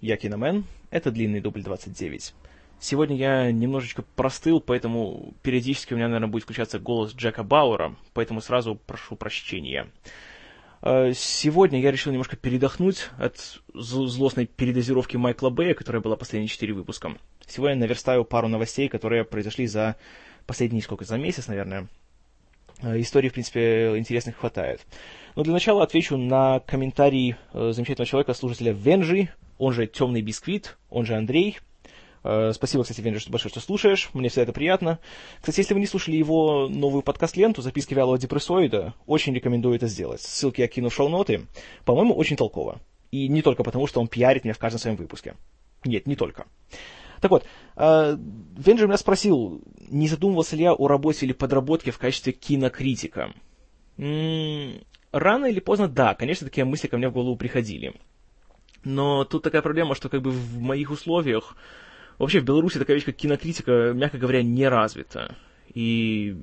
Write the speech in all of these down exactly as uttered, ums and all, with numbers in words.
Я Киномен, это длинный дубль двадцать девять. Сегодня я немножечко простыл, поэтому периодически у меня, наверное, будет включаться голос Джека Бауэра, поэтому сразу прошу прощения. Сегодня я решил немножко передохнуть от злостной передозировки Майкла Бэя, которая была последние четыре выпуска. Сегодня наверстаю пару новостей, которые произошли за последние, сколько, за месяц, наверное. Историй, в принципе, интересных хватает. Но для начала отвечу на комментарий замечательного человека, слушателя Венжи, он же Темный Бисквит, он же Андрей. Спасибо, кстати, Венжи, большое, что слушаешь, мне всегда это приятно. Кстати, если вы не слушали его новую подкаст-ленту «Записки вялого депрессоида», очень рекомендую это сделать. Ссылки я кину в шоу-ноты. По-моему, очень толково. И не только потому, что он пиарит меня в каждом своем выпуске. Нет, не только. Так вот, Венжи меня спросил, не задумывался ли я о работе или подработке в качестве кинокритика. М-м, рано или поздно, да, конечно, такие мысли ко мне в голову приходили. Но тут такая проблема, что как бы в моих условиях, вообще в Беларуси такая вещь, как кинокритика, мягко говоря, не развита. И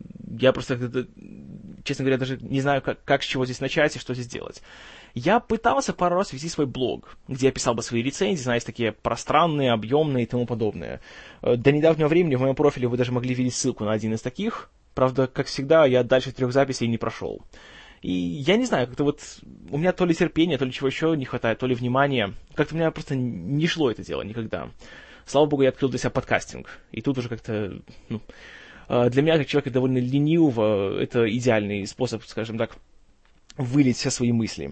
я просто, честно говоря, даже не знаю, как, как с чего здесь начать и что здесь делать. Я пытался пару раз вести свой блог, где я писал бы свои рецензии, знаете, такие пространные, объемные и тому подобное. До недавнего времени в моем профиле вы даже могли видеть ссылку на один из таких. Правда, как всегда, я дальше трех записей не прошел. И я не знаю, как-то вот у меня то ли терпения, то ли чего еще не хватает, то ли внимания. Как-то у меня просто не шло это дело никогда. Слава богу, я открыл для себя подкастинг. И тут уже как-то... Ну, для меня, как человека довольно ленивого, это идеальный способ, скажем так, вылить все свои мысли.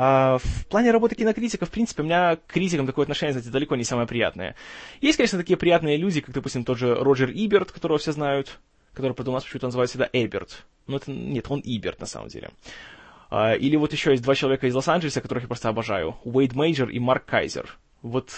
А в плане работы кинокритика, в принципе, у меня к критикам такое отношение, знаете, далеко не самое приятное. Есть, конечно, такие приятные люди, как, допустим, тот же Роджер Иберт, которого все знают, который, правда, у нас почему-то называют всегда Эберт. Но это, нет, он Иберт, на самом деле. А, или вот еще есть два человека из Лос-Анджелеса, которых я просто обожаю. Уэйд Мейджор и Марк Кайзер. Вот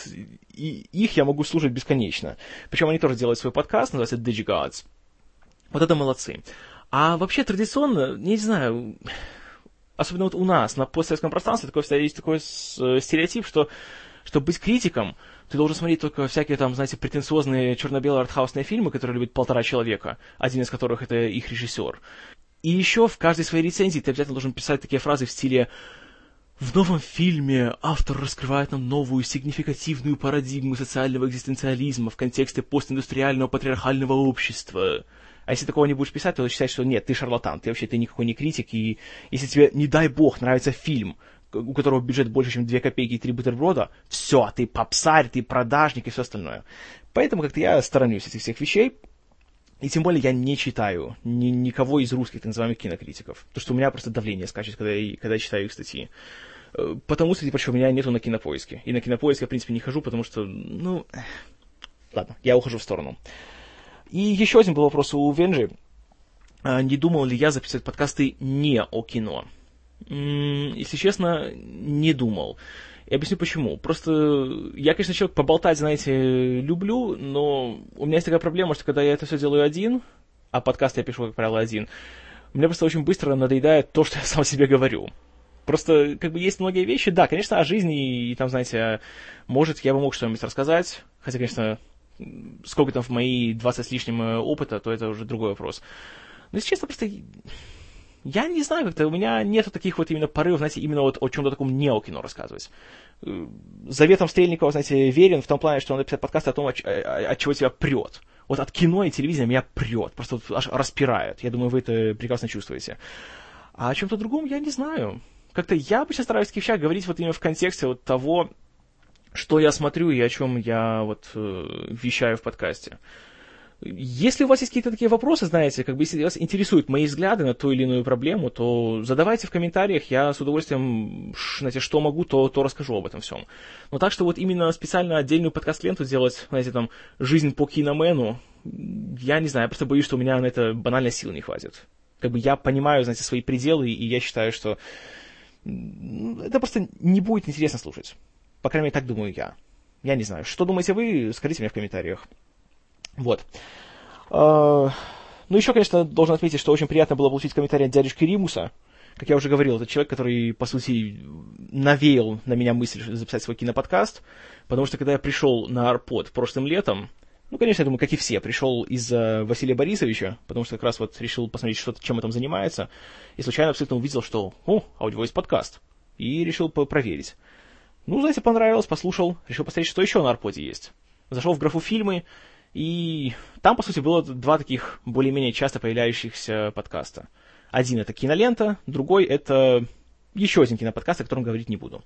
и их я могу слушать бесконечно. Причем они тоже делают свой подкаст, называется DigiGods. Вот это молодцы. А вообще традиционно, не знаю... Особенно вот у нас, на постсоветском пространстве, такой, есть такой стереотип, что, чтобы быть критиком, ты должен смотреть только всякие там, знаете, претенциозные черно-белые артхаусные фильмы, которые любят полтора человека, один из которых это их режиссер. И еще в каждой своей рецензии ты обязательно должен писать такие фразы в стиле «В новом фильме автор раскрывает нам новую сигнификативную парадигму социального экзистенциализма в контексте постиндустриального патриархального общества». А если такого не будешь писать, то считаешь, что нет, ты шарлатан, ты вообще ты никакой не критик, и если тебе, не дай бог, нравится фильм, у которого бюджет больше, чем две копейки и три бутерброда, все, ты попсарь, ты продажник и все остальное. Поэтому как-то я сторонюсь этих всех вещей, и тем более я не читаю ни, никого из русских, так называемых кинокритиков, потому что у меня просто давление скачет, когда я, когда я читаю их статьи. Потому, кстати, почему меня нету на Кинопоиске. И на Кинопоиск я, в принципе, не хожу, потому что, ну, ладно, я ухожу в сторону. И еще один был вопрос у Венжи. Не думал ли я записать подкасты не о кино? Если честно, не думал. И объясню почему. Просто я, конечно, человек поболтать, знаете, люблю, но у меня есть такая проблема, что когда я это все делаю один, а подкаст я пишу, как правило, один, мне просто очень быстро надоедает то, что я сам себе говорю. Просто, как бы, есть многие вещи, да, конечно, о жизни, и там, знаете, может, я бы мог что-нибудь рассказать, хотя, конечно... Сколько там в мои двадцать с лишним опыта, то это уже другой вопрос. Но, если честно, просто я не знаю, как-то у меня нету таких вот именно порывов, знаете, именно вот о чем-то таком не о кино рассказывать. Заветом Стрельникова, знаете, верен в том плане, что он написал подкаст о том, от, от чего тебя прет. Вот от кино и телевидения меня прет, просто вот аж распирает. Я думаю, вы это прекрасно чувствуете. А о чем-то другом я не знаю. Как-то я обычно стараюсь в таких вещах говорить вот именно в контексте вот того, что я смотрю и о чем я вот э, вещаю в подкасте. Если у вас есть какие-то такие вопросы, знаете, как бы если вас интересуют мои взгляды на ту или иную проблему, то задавайте в комментариях, я с удовольствием, знаете, что могу, то, то расскажу об этом всем. Но так что вот именно специально отдельную подкаст-ленту делать, знаете, там, «Жизнь по киномену», я не знаю, я просто боюсь, что у меня на это банально сил не хватит. Как бы я понимаю, знаете, свои пределы, и я считаю, что это просто не будет интересно слушать. По крайней мере, так думаю я. Я не знаю. Что думаете вы? Скажите мне в комментариях. Вот. Ну, еще, конечно, должен отметить, что очень приятно было получить комментарий от дядюшки Римуса. Как я уже говорил, это человек, который, по сути, навеял на меня мысль записать свой киноподкаст. Потому что, когда я пришел на Арпод прошлым летом, ну, конечно, я думаю, как и все, пришел из-за Василия Борисовича, потому что как раз вот решил посмотреть, что, чем он там занимается, и случайно абсолютно увидел, что, о, а у него есть подкаст. И решил проверить. Ну, знаете, понравилось, послушал, решил посмотреть, что еще на Арподе есть. Зашел в графу фильмы, и там, по сути, было два таких более-менее часто появляющихся подкаста. Один — это кинолента, другой — это еще один киноподкаст, о котором говорить не буду.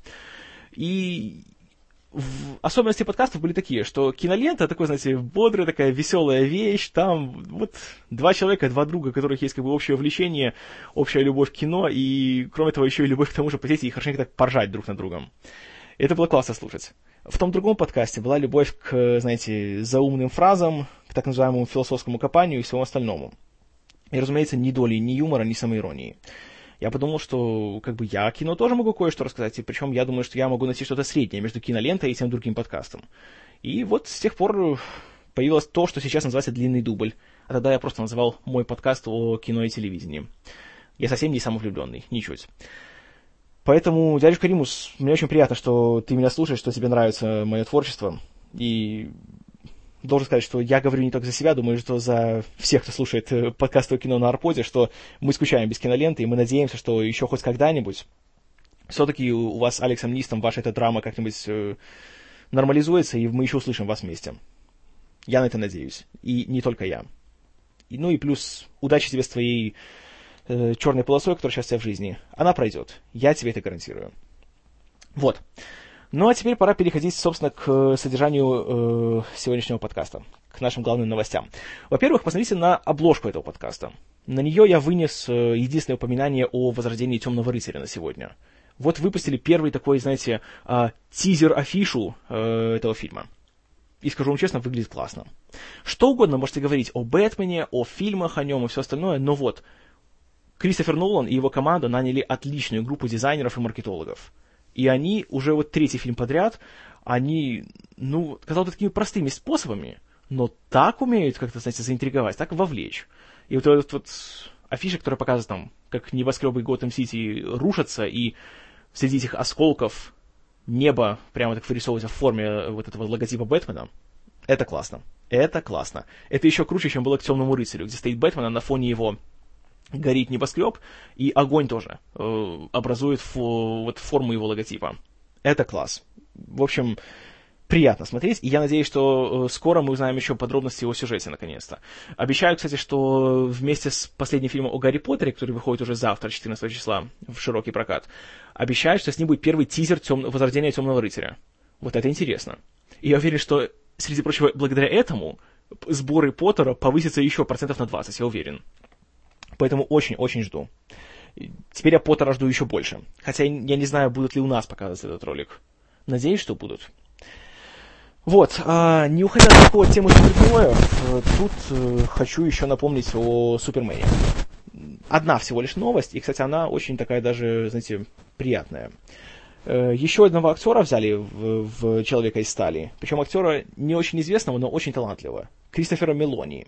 И в... особенности подкастов были такие, что кинолента такой, знаете, бодрая такая веселая вещь, там вот два человека, два друга, у которых есть как бы общее увлечение, общая любовь к кино, и кроме того еще и любовь к тому же посидеть и хорошенько так поржать друг над другом. Это было классно слушать. В том другом подкасте была любовь к, знаете, заумным фразам, к так называемому философскому копанию и всему остальному. И, разумеется, ни доли ни юмора, ни самоиронии. Я подумал, что как бы я о кино тоже могу кое-что рассказать, и причем я думаю, что я могу найти что-то среднее между кинолентой и тем другим подкастом. И вот с тех пор появилось то, что сейчас называется «Длинный дубль». А тогда я просто называл мой подкаст о кино и телевидении. Я совсем не самовлюбленный, ничуть. Поэтому, дядюшка Римус, мне очень приятно, что ты меня слушаешь, что тебе нравится мое творчество. И должен сказать, что я говорю не только за себя, думаю, что за всех, кто слушает подкасты о кино на Арподе, что мы скучаем без киноленты, и мы надеемся, что еще хоть когда-нибудь все-таки у вас с Алексом Нистом ваша эта драма как-нибудь э, нормализуется, и мы еще услышим вас вместе. Я на это надеюсь. И не только я. И, ну и плюс удачи тебе с твоей э, черной полосой, которая сейчас у тебя в жизни. Она пройдет. Я тебе это гарантирую. Вот. Ну, а теперь пора переходить, собственно, к содержанию э, сегодняшнего подкаста, к нашим главным новостям. Во-первых, посмотрите на обложку этого подкаста. На нее я вынес э, единственное упоминание о возрождении Темного рыцаря на сегодня. Вот выпустили первый такой, знаете, э, тизер-афишу э, этого фильма. И, скажу вам честно, выглядит классно. Что угодно можете говорить о Бэтмене, о фильмах о нем и все остальное, но вот, Кристофер Нолан и его команда наняли отличную группу дизайнеров и маркетологов. И они уже вот третий фильм подряд, они, ну, казалось бы, такими простыми способами, но так умеют как-то, знаете, заинтриговать, так вовлечь. И вот этот вот афиша, которая показывает там, как небоскребы Готэм-Сити рушатся, и среди этих осколков небо прямо так вырисовывается в форме вот этого логотипа Бэтмена, это классно. Это классно. Это еще круче, чем было к Темному рыцарю, где стоит Бэтмен, а на фоне его горит небоскреб, и огонь тоже э, образует фо, вот форму его логотипа. Это класс. В общем, приятно смотреть, и я надеюсь, что э, скоро мы узнаем еще подробности о сюжете, наконец-то. Обещаю, кстати, что вместе с последним фильмом о Гарри Поттере, который выходит уже завтра, четырнадцатого числа, в широкий прокат, обещаю, что с ним будет первый тизер тем... возрождения Темного рыцаря. Вот это интересно. И я уверен, что, среди прочего, благодаря этому сборы Поттера повысятся еще процентов на двадцать, я уверен. Поэтому очень-очень жду. Теперь я Поттера жду еще больше. Хотя я не знаю, будут ли у нас показывать этот ролик. Надеюсь, что будут. Вот. А, не уходя далеко от темы супергероев, тут э, хочу еще напомнить о Супермене. Одна всего лишь новость, и, кстати, она очень такая даже, знаете, приятная. Э, еще одного актера взяли в, в «Человека из стали». Причем актера не очень известного, но очень талантливого. Кристофера Мелони.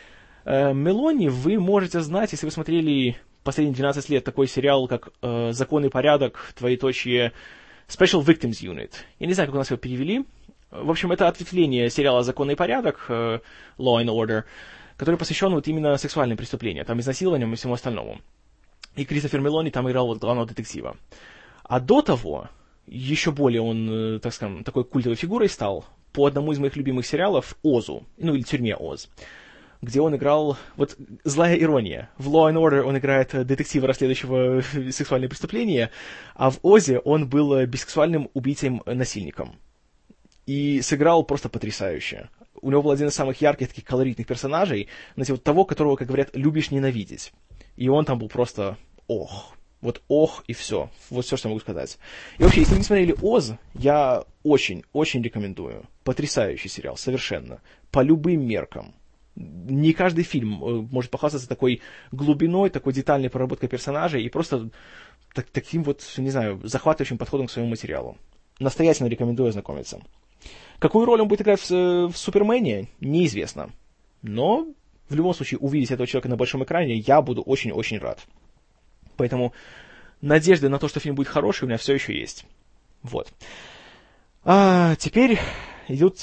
Мелони вы можете знать, если вы смотрели последние двенадцать лет такой сериал, как э, «Закон и порядок», двоеточие Special Victims Unit. Я не знаю, как у нас его перевели. В общем, это ответвление сериала «Закон и порядок», э, Law and Order, который посвящен вот именно сексуальным преступлениям, там, изнасилованиям и всему остальному. И Кристофер Мелони там играл вот главного детектива. А до того, еще более он, так скажем, такой культовой фигурой стал по одному из моих любимых сериалов «Озу», ну или «Тюрьме Оз», где он играл, вот злая ирония, в Law and Order он играет детектива, расследующего сексуальные преступления, а в Озе он был бисексуальным убийцей-насильником. И сыграл просто потрясающе. У него был один из самых ярких, таких колоритных персонажей, знаете, вот того, которого, как говорят, любишь ненавидеть. И он там был просто ох. Вот ох и все. Вот все, что я могу сказать. И вообще, если вы не смотрели Оз, я очень-очень рекомендую. Потрясающий сериал, совершенно. По любым меркам. Не каждый фильм может похвастаться такой глубиной, такой детальной проработкой персонажей и просто так, таким вот, не знаю, захватывающим подходом к своему материалу. Настоятельно рекомендую ознакомиться. Какую роль он будет играть в, в Супермене, неизвестно. Но, в любом случае, увидеть этого человека на большом экране я буду очень-очень рад. Поэтому надежды на то, что фильм будет хороший, у меня все еще есть. Вот. А теперь идут...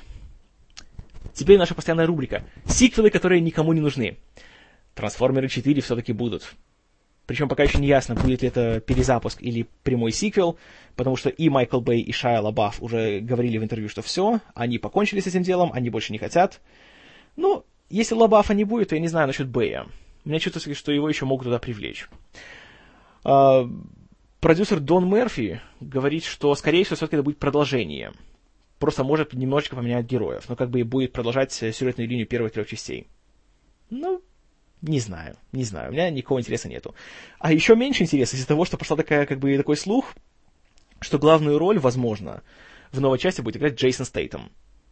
Теперь наша постоянная рубрика. Сиквелы, которые никому не нужны. Трансформеры четыре все-таки будут. Причем пока еще не ясно, будет ли это перезапуск или прямой сиквел, потому что и Майкл Бэй, и Шайа Лабаф уже говорили в интервью, что все, они покончили с этим делом, они больше не хотят. Ну, если Лабафа не будет, то я не знаю насчет Бэя. У меня чувствуется, что его еще могут туда привлечь. А, продюсер Дон Мерфи говорит, что, скорее всего, все-таки это будет продолжение. Просто может немножечко поменять героев, но как бы и будет продолжать сюжетную линию первых трех частей. Ну, не знаю, не знаю, у меня никакого интереса нету. А еще меньше интереса из-за того, что пошла такая, как бы, такой слух, что главную роль, возможно, в новой части будет играть Джейсон Стейтем.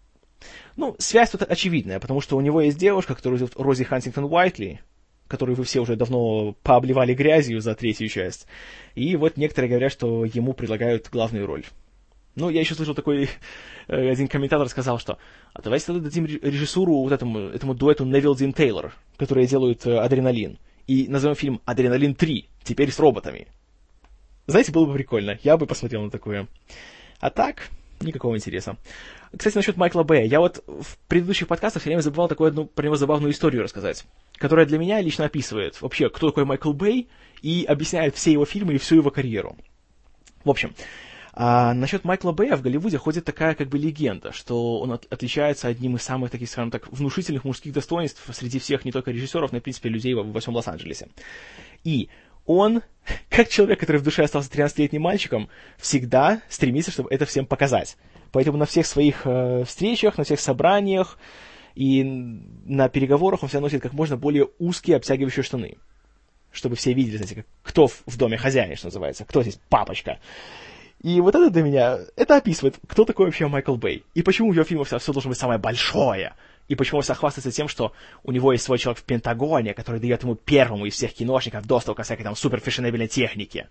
Ну, связь тут очевидная, потому что у него есть девушка, которую зовут Рози Хантингтон Уайтли, которую вы все уже давно пообливали грязью за третью часть. И вот некоторые говорят, что ему предлагают главную роль. Ну, я еще слышал такой, один комментатор сказал, что а давайте тогда дадим режиссуру вот этому, этому дуэту Невилл Дин Тейлор, которые делают «Адреналин», и назовем фильм «Адреналин три», теперь с роботами. Знаете, было бы прикольно, я бы посмотрел на такое. А так, никакого интереса. Кстати, насчет Майкла Бэя. Я вот в предыдущих подкастах все время забывал такую одну про него забавную историю рассказать, которая для меня лично описывает вообще, кто такой Майкл Бэй, и объясняет все его фильмы и всю его карьеру. В общем, а насчет Майкла Бэя в Голливуде ходит такая как бы легенда, что он от, отличается одним из самых таких, скажем так, внушительных мужских достоинств среди всех не только режиссеров, но и, в принципе, людей во, во всем Лос-Анджелесе. И он, как человек, который в душе остался тринадцатилетним мальчиком, всегда стремится, чтобы это всем показать. Поэтому на всех своих э, встречах, на всех собраниях и на переговорах он всегда носит как можно более узкие обтягивающие штаны. Чтобы все видели, знаете, как, кто в, в доме хозяин, что называется, кто здесь папочка. И вот это для меня, это описывает, кто такой вообще Майкл Бэй. И почему в его фильмах все, все должно быть самое большое. И почему он всегда хвастается тем, что у него есть свой человек в Пентагоне, который дает ему первому из всех киношников доступ ко всякой там суперфешенебельной технике.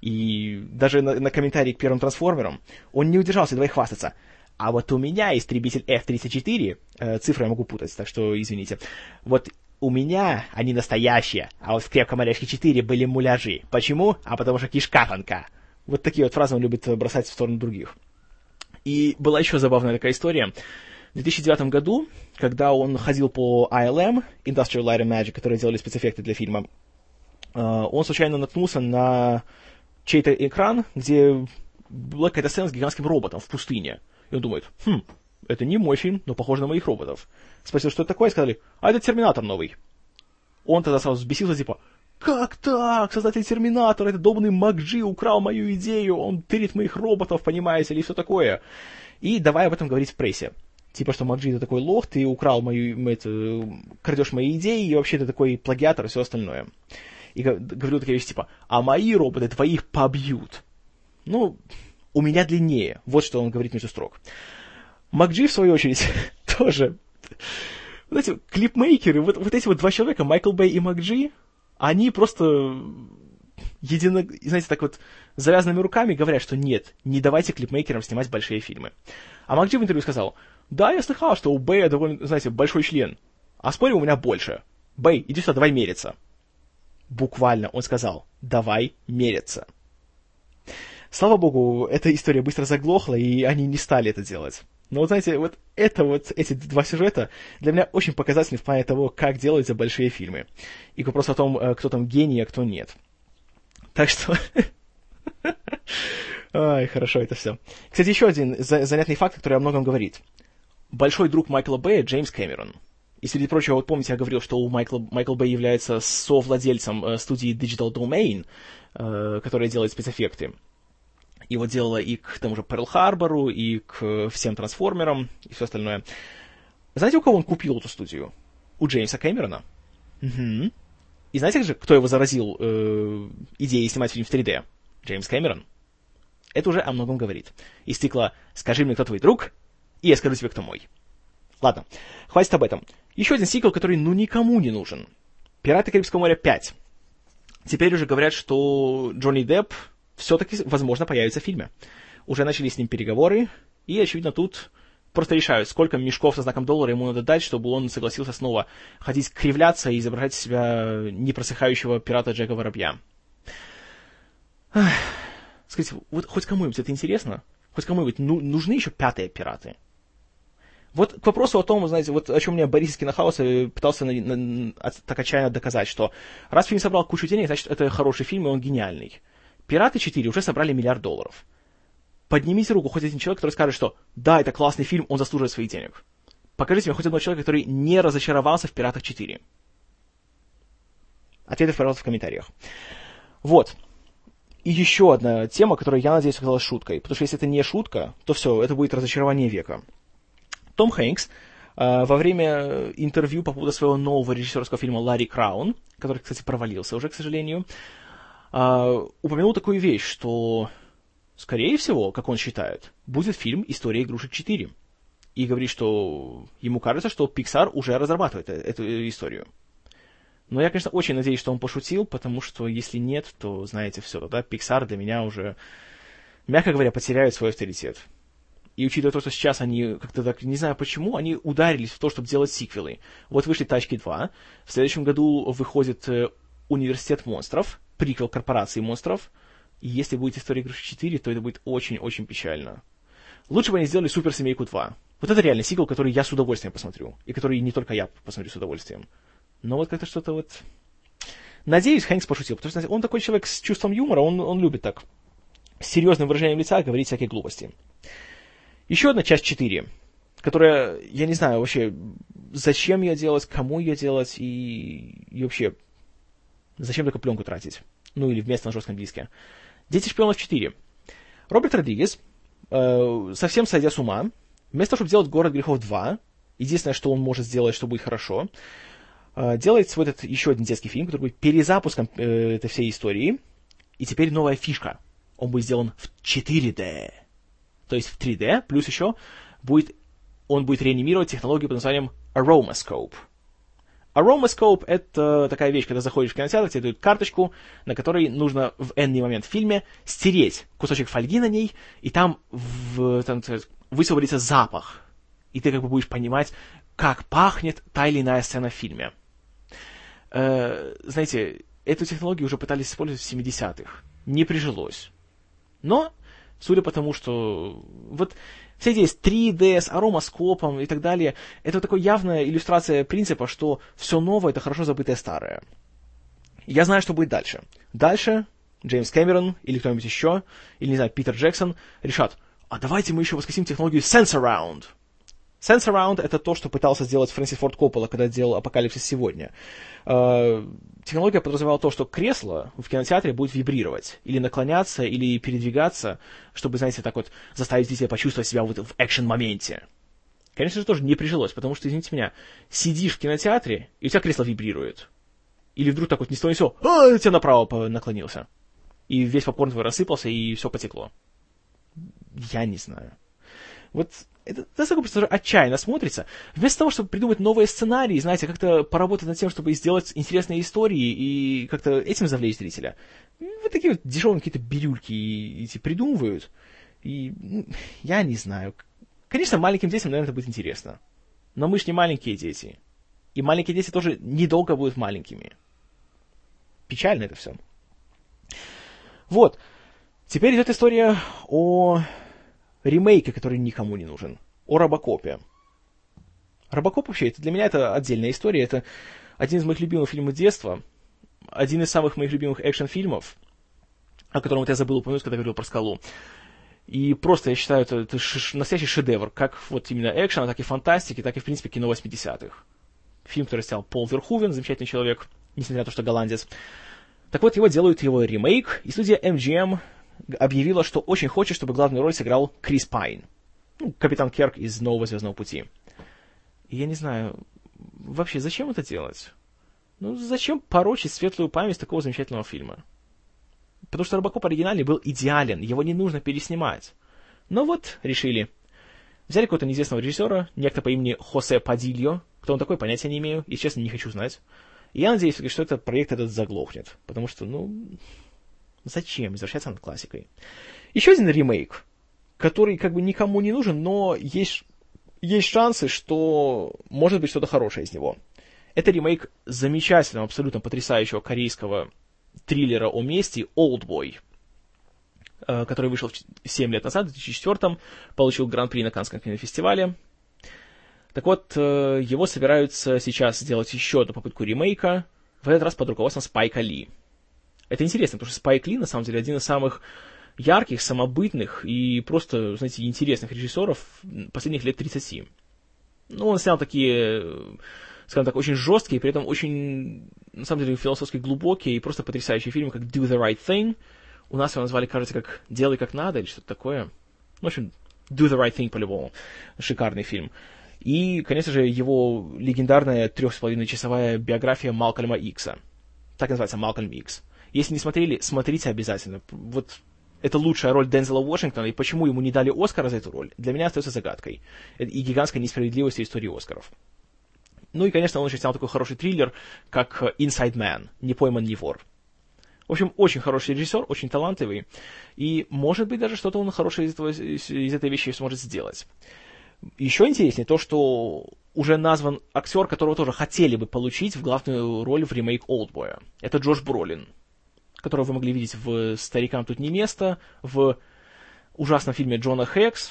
И даже на, на комментарии к первым трансформерам он не удержался, давай хвастаться. А вот у меня истребитель эф тридцать четыре, э, цифры я могу путать, так что извините. Вот у меня они настоящие, а вот в «Крепком орешке четыре» были муляжи. Почему? А потому что кишка тонка. Вот такие вот фразы он любит бросать в сторону других. И была еще забавная такая история. В две тысячи девятом году, когда он ходил по ай эл эм, Industrial Light and Magic, которые делали спецэффекты для фильма, он случайно наткнулся на чей-то экран, где была какая-то сцена с гигантским роботом в пустыне. И он думает, хм, это не мой фильм, но похоже на моих роботов. Спросил, что это такое, и сказали, а это Терминатор новый. Он тогда сразу взбесился, типа, как так? Создатель Терминатора, это долбанный Макджи украл мою идею, он тырит моих роботов, понимаете, или все такое. И давай об этом говорить в прессе. Типа, что Макджи это такой лох, ты украл мою, это, крадешь мои идеи, и вообще ты такой плагиатор и все остальное. И говорю такие вещи, типа, а мои роботы твоих побьют. Ну, у меня длиннее. Вот что он говорит между строк. Макджи, в свою очередь, тоже. Знаете, клипмейкеры, вот, вот эти вот два человека, Майкл Бэй и Макджи, они просто едино, знаете, так вот завязанными руками говорят, что нет, не давайте клипмейкерам снимать большие фильмы. А Макджи в интервью сказал, да, я слыхал, что у Бэя довольно, знаете, большой член, а спорим, у меня больше. Бэй, иди сюда, давай мериться. Буквально он сказал, давай мериться. Слава богу, эта история быстро заглохла, и они не стали это делать. Но вот знаете, вот это вот, эти два сюжета для меня очень показательны в плане того, как делаются большие фильмы. И к вопросу о том, кто там гений, а кто нет. Так что... Ай, хорошо это все. Кстати, еще один занятный факт, который о многом говорит. Большой друг Майкла Бэя Джеймс Кэмерон. И, среди прочего, вот помните, я говорил, что у Майкла, Майкл Бэй является совладельцем э, студии Digital Domain, э, которая делает спецэффекты. И вот делала и к тому же Перл-Харбору, и к всем трансформерам, и все остальное. Знаете, у кого он купил эту студию? У Джеймса Кэмерона. Угу. И знаете же, кто его заразил э, идеей снимать фильм в три дэ? Джеймс Кэмерон. Это уже о многом говорит. Из цикла «Скажи мне, кто твой друг?» и «Я скажу тебе, кто мой». Ладно, хватит об этом. Еще один сиквел, который ну никому не нужен. «Пираты Карибского моря пять». Теперь уже говорят, что Джонни Депп все-таки, возможно, появится в фильме. Уже начали с ним переговоры, и, очевидно, тут просто решают, сколько мешков со знаком доллара ему надо дать, чтобы он согласился снова ходить кривляться и изображать себя непросыхающего пирата Джека Воробья. Ах, скажите, вот хоть кому-нибудь это интересно? Хоть кому-нибудь ну, нужны еще пятые пираты? Вот к вопросу о том, знаете, вот о чем мне Борис из Кинохауса пытался на, на, так отчаянно доказать, что раз фильм собрал кучу денег, значит, это хороший фильм, и он гениальный. «Пираты четыре» уже собрали миллиард долларов. Поднимите руку хоть один человек, который скажет, что да, это классный фильм, он заслуживает своих денег. Покажите мне хоть одного человека, который не разочаровался в «Пиратах четыре». Ответы, пожалуйста, в комментариях. Вот. И еще одна тема, которая, я надеюсь, оказалась шуткой. Потому что если это не шутка, то все, это будет разочарование века. Том Хэнкс э, во время интервью по поводу своего нового режиссерского фильма «Ларри Краун», который, кстати, провалился уже, к сожалению, э, упомянул такую вещь, что, скорее всего, как он считает, будет фильм «История игрушек четыре». И говорит, что ему кажется, что Pixar уже разрабатывает эту историю. Но я, конечно, очень надеюсь, что он пошутил, потому что если нет, то, знаете, все, тогда Pixar для меня уже, мягко говоря, потеряют свой авторитет. И учитывая то, что сейчас они как-то так, не знаю почему, они ударились в то, чтобы делать сиквелы. Вот вышли «Тачки два», в следующем году выходит «Университет монстров», приквел «Корпорации монстров», и если будет «История игрушек четыре», то это будет очень-очень печально. Лучше бы они сделали «Суперсемейку два». Вот это реально сиквел, который я с удовольствием посмотрю, и который не только я посмотрю с удовольствием. Но вот как-то что-то вот... Надеюсь, Хэнкс пошутил, потому что он такой человек с чувством юмора, он, он любит так с серьезным выражением лица говорить всякие глупости. Еще одна часть четыре, которая, я не знаю вообще, зачем ее делать, кому ее делать и, и вообще, зачем только пленку тратить. Ну или вместо на жестком диске. «Дети шпионов четыре». Роберт Родригес, э, совсем сойдя с ума, вместо того, чтобы делать «Город грехов два», единственное, что он может сделать, что будет хорошо, э, делает свой этот еще один детский фильм, который будет перезапуском э, этой всей истории. И теперь новая фишка. Он будет сделан в четыре дэ. То есть в три дэ, плюс еще будет, он будет реанимировать технологию под названием Aromascope. Aromascope — это такая вещь, когда заходишь в кинотеатр, тебе дают карточку, на которой нужно в энный момент в фильме стереть кусочек фольги на ней, и там, в, там высвободится запах. И ты как бы будешь понимать, как пахнет та или иная сцена в фильме. Э, знаете, эту технологию уже пытались использовать в семидесятых. Не прижилось. Но... Судя по тому, что вот вся идея с три дэ, с аромаскопом и так далее, это такая явная иллюстрация принципа, что все новое — это хорошо забытое старое. Я знаю, что будет дальше. Дальше Джеймс Кэмерон или кто-нибудь еще, или, не знаю, Питер Джексон решат, а давайте мы еще воскресим технологию Sense-Around. Sense-Around — это то, что пытался сделать Фрэнсис Форд Коппола, когда делал «Апокалипсис сегодня». Э, технология подразумевала то, что кресло в кинотеатре будет вибрировать, или наклоняться, или передвигаться, чтобы, знаете, так вот заставить зрителя почувствовать себя вот в экшен-моменте. Конечно же, тоже не прижилось, потому что, извините меня, сидишь в кинотеатре, и у тебя кресло вибрирует. Или вдруг так вот ни с того ни с сего, а, тебя направо наклонился. И весь попкорн твой рассыпался, и все потекло. Я не знаю. Вот это настолько просто отчаянно смотрится. Вместо того, чтобы придумать новые сценарии, знаете, как-то поработать над тем, чтобы сделать интересные истории и как-то этим завлечь зрителя. Вот такие вот дешевые какие-то бирюльки эти придумывают. И ну, я не знаю. Конечно, маленьким детям, наверное, это будет интересно. Но мы ж не маленькие дети. И маленькие дети тоже недолго будут маленькими. Печально это все. Вот. Теперь идет история о... ремейке, который никому не нужен. О Робокопе. Робокоп вообще, это для меня это отдельная история. Это один из моих любимых фильмов детства. Один из самых моих любимых экшн-фильмов, о котором вот я забыл упомянуть, когда говорил про «Скалу». И просто я считаю, это, это ш- настоящий шедевр. Как вот именно экшена, так и фантастики, так и, в принципе, кино восьмидесятых. Фильм, который снял Пол Верхувен, замечательный человек, несмотря на то, что голландец. Так вот, его делают его ремейк, и студия эм джи эм объявила, что очень хочет, чтобы главную роль сыграл Крис Пайн. Ну, капитан Кирк из «Нового Звездного пути». И я не знаю, вообще, зачем это делать? Ну, зачем порочить светлую память такого замечательного фильма? Потому что Робокоп оригинальный был идеален, его не нужно переснимать. Но вот, решили. Взяли какого-то неизвестного режиссера, некто по имени Хосе Падильо. Кто он такой, понятия не имею, и, честно, не хочу знать. И я надеюсь, что этот проект этот заглохнет. Потому что, ну... Зачем возвращаться над классикой? Еще один ремейк, который как бы никому не нужен, но есть, есть шансы, что может быть что-то хорошее из него. Это ремейк замечательного, абсолютно потрясающего корейского триллера о мести «Олдбой», который вышел семь лет назад, в две тысячи четвёртом, получил гран-при на Каннском кинофестивале. Так вот, его собираются сейчас сделать еще одну попытку ремейка, в этот раз под руководством Спайка Ли. Это интересно, потому что Спайк Ли, на самом деле, один из самых ярких, самобытных и просто, знаете, интересных режиссеров последних лет тридцати. Ну, он снял такие, скажем так, очень жесткие, при этом очень, на самом деле, философски глубокие и просто потрясающие фильмы, как Do the Right Thing. У нас его назвали, кажется, как «Делай как надо» или что-то такое. В общем, Do the Right Thing по-любому. Шикарный фильм. И, конечно же, его легендарная трех с половиной часовая биография Малкольма Икса. Так называется, Малкольм Икс. Если не смотрели, смотрите обязательно. Вот это лучшая роль Дензела Вашингтона, и почему ему не дали Оскара за эту роль, для меня остается загадкой. И гигантской несправедливостью истории Оскаров. Ну и, конечно, он еще снял такой хороший триллер, как Inside Man, «Не пойман, не вор». В общем, очень хороший режиссер, очень талантливый, и, может быть, даже что-то он хорошее из, этого, из этой вещи сможет сделать. Еще интереснее то, что уже назван актер, которого тоже хотели бы получить в главную роль в ремейк «Олдбоя». Это Джош Бролин, которого вы могли видеть в «Старикам тут не место», в ужасном фильме Джона Хэкс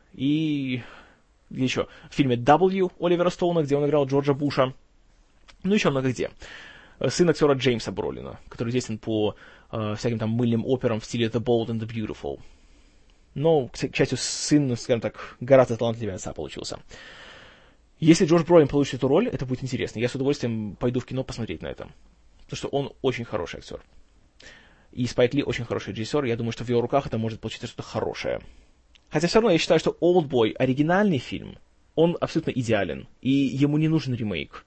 и где еще? В фильме «W» Оливера Стоуна, где он играл Джорджа Буша. Ну, еще много где. Сын актера Джеймса Бролина, который известен по э, всяким там мыльным операм в стиле The Bold and the Beautiful. Но, к счастью, сын, скажем так, гораздо талантливее отца получился. Если Джош Бролин получит эту роль, это будет интересно. Я с удовольствием пойду в кино посмотреть на это. Потому что он очень хороший актер. И Спайк Ли очень хороший режиссер. Я думаю, что в его руках это может получиться что-то хорошее. Хотя все равно я считаю, что «Олдбой» — оригинальный фильм. Он абсолютно идеален. И ему не нужен ремейк.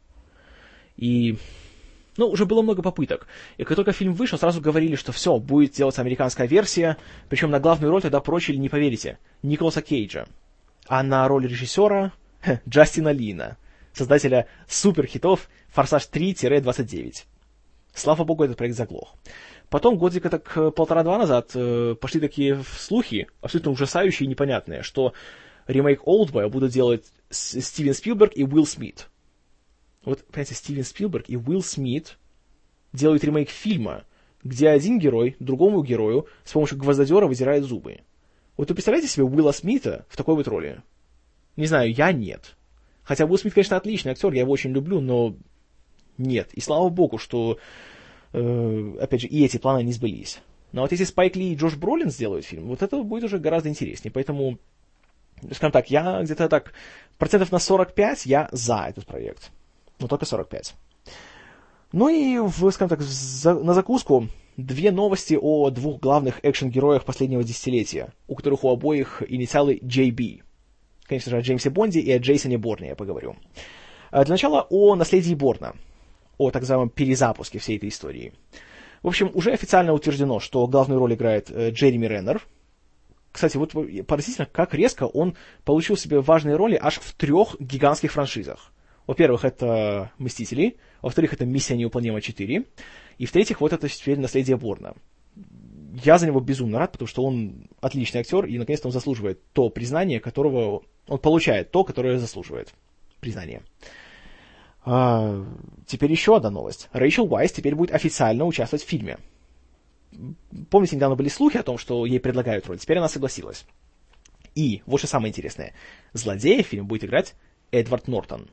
И... Ну, уже было много попыток. И как только фильм вышел, сразу говорили, что все, будет делаться американская версия, причем на главную роль тогда прочили, не поверите, Николаса Кейджа. А на роль режиссера ха, Джастина Лина, создателя суперхитов «Форсаж три двадцать девять». Слава богу, этот проект заглох. Потом, годика так полтора-два назад, э, пошли такие слухи, абсолютно ужасающие и непонятные, что ремейк «Олдбоя» будут делать Стивен Спилберг и Уилл Смит. Вот, понимаете, Стивен Спилберг и Уилл Смит делают ремейк фильма, где один герой другому герою с помощью гвоздодера выдирает зубы. Вот вы представляете себе Уилла Смита в такой вот роли? Не знаю, я нет. Хотя Уилл Смит, конечно, отличный актер, я его очень люблю, но нет. И слава богу, что, э, опять же, и эти планы не сбылись. Но вот если Спайк Ли и Джош Бролин сделают фильм, вот это будет уже гораздо интереснее. Поэтому, скажем так, я где-то так, процентов на сорок пять я за этот проект. Но только сорок пять. Ну и, в, скажем так, за, на закуску две новости о двух главных экшен-героях последнего десятилетия, у которых у обоих инициалы джей би. Конечно же, о Джеймсе Бонде и о Джейсоне Борне я поговорю. А для начала о наследии Борна, о так называемом перезапуске всей этой истории. В общем, уже официально утверждено, что главную роль играет э, Джереми Реннер. Кстати, вот поразительно, как резко он получил себе важные роли аж в трех гигантских франшизах. Во-первых, это «Мстители», во-вторых, это «Миссия невыполнима четыре», и в-третьих, вот это теперь «Наследие Борна». Я за него безумно рад, потому что он отличный актер, и наконец-то он заслуживает то признание, которого... Он получает то, которое заслуживает признание. А, теперь еще одна новость. Рэйчел Уайс теперь будет официально участвовать в фильме. Помните, недавно были слухи о том, что ей предлагают роль, теперь она согласилась. И, вот что самое интересное, злодея в фильме будет играть Эдвард Нортон.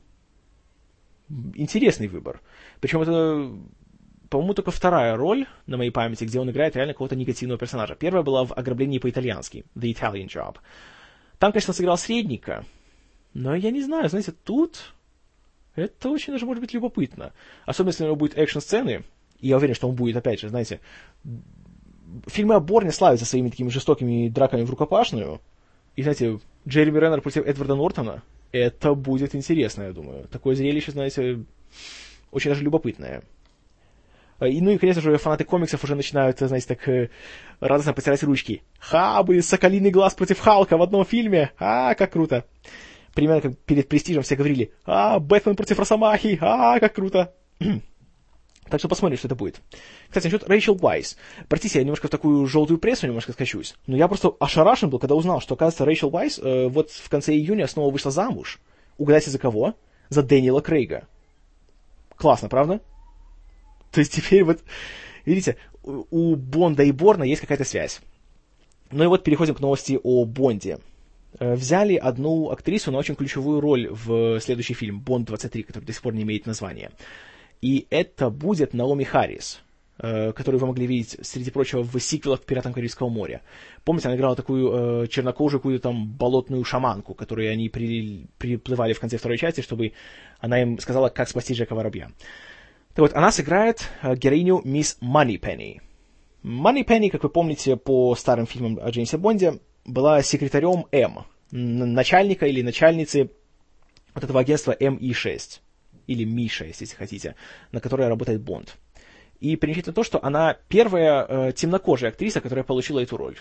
Интересный выбор. Причем это, по-моему, только вторая роль на моей памяти, где он играет реально какого-то негативного персонажа. Первая была в «Ограблении по-итальянски», «The Italian Job». Там, конечно, сыграл средника, но я не знаю, знаете, тут это очень даже может быть любопытно. Особенно, если у него будет экшн-сцены, и я уверен, что он будет, опять же, знаете, фильмы о Борне славятся своими такими жестокими драками в рукопашную, и, знаете, Джереми Реннер против Эдварда Нортона, это будет интересно, я думаю. Такое зрелище, знаете, очень даже любопытное. И, ну и, конечно же, фанаты комиксов уже начинают, знаете, так э, радостно потирать ручки. Ха, будет Соколиный глаз против Халка в одном фильме. А, как круто. Примерно как перед «Престижем» все говорили. А, Бэтмен против Росомахи. А, как круто. Так что посмотрим, что это будет. Кстати, насчет Рэйчел Уайс. Простите, я немножко в такую желтую прессу немножко скачусь. Но я просто ошарашен был, когда узнал, что, оказывается, Рэйчел Уайс э, вот в конце июня снова вышла замуж. Угадайте, за кого? За Дэниела Крейга. Классно, правда? То есть теперь вот, видите, у Бонда и Борна есть какая-то связь. Ну и вот переходим к новости о Бонде. взяли одну актрису на очень ключевую роль в следующий фильм «Бонд двадцать три», который до сих пор не имеет названия. И это будет Наоми Харрис, которую вы могли видеть, среди прочего, в сиквелах к «Пиратам Карибского моря». Помните, она играла такую э, чернокожую какую-то там болотную шаманку, которой они при, приплывали в конце второй части, чтобы она им сказала, как спасти Джека Воробья. Так вот, она сыграет э, героиню мисс Манипенни. Манипенни, как вы помните, по старым фильмам о Джеймсе Бонде, была секретарем М, начальника или начальницы вот этого агентства эм и шесть, или эм и шесть, если хотите, на которое работает Бонд. И примечательно то, что она первая э, темнокожая актриса, которая получила эту роль.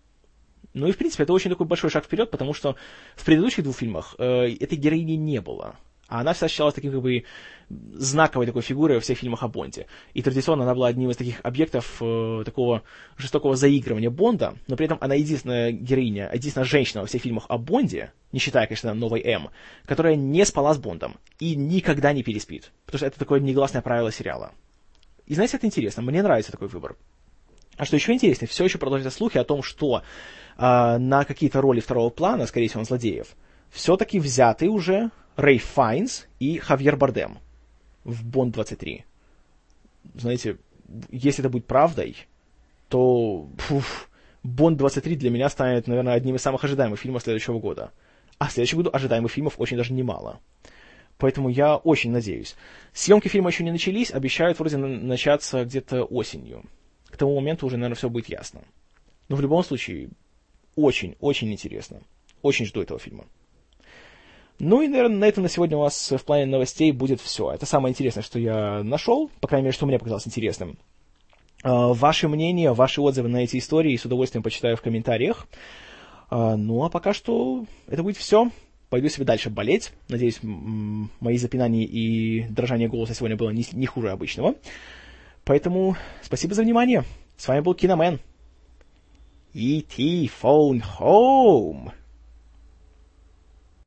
Ну и, в принципе, это очень такой большой шаг вперед, потому что в предыдущих двух фильмах э, этой героини не было. А она всегда считалась таким, как бы, знаковой такой фигурой во всех фильмах о Бонде. И традиционно она была одним из таких объектов э, такого жестокого заигрывания Бонда, но при этом она единственная героиня, единственная женщина во всех фильмах о Бонде, не считая, конечно, новой М, которая не спала с Бондом и никогда не переспит. Потому что это такое негласное правило сериала. И знаете, это интересно, мне нравится такой выбор. А что еще интереснее, все еще продолжаются слухи о том, что э, на какие-то роли второго плана, скорее всего, злодеев, все-таки взяты уже Рэй Файнс и Хавьер Бардем в Бонд двадцать три. Знаете, если это будет правдой, то Бонд двадцать три для меня станет, наверное, одним из самых ожидаемых фильмов следующего года. А в следующем году ожидаемых фильмов очень даже немало. Поэтому я очень надеюсь. Съемки фильма еще не начались, обещают вроде начаться где-то осенью. К тому моменту уже, наверное, все будет ясно. Но в любом случае, очень-очень интересно. Очень жду этого фильма. Ну и, наверное, на этом на сегодня у вас в плане новостей будет все. Это самое интересное, что я нашел, по крайней мере, что мне показалось интересным. Ваши мнения, ваши отзывы на эти истории с удовольствием почитаю в комментариях. Ну а пока что это будет все. Пойду себе дальше болеть. Надеюсь, м- мои запинания и дрожание голоса сегодня было не, не хуже обычного. Поэтому спасибо за внимание. С вами был Киномен. и ти Phone Home.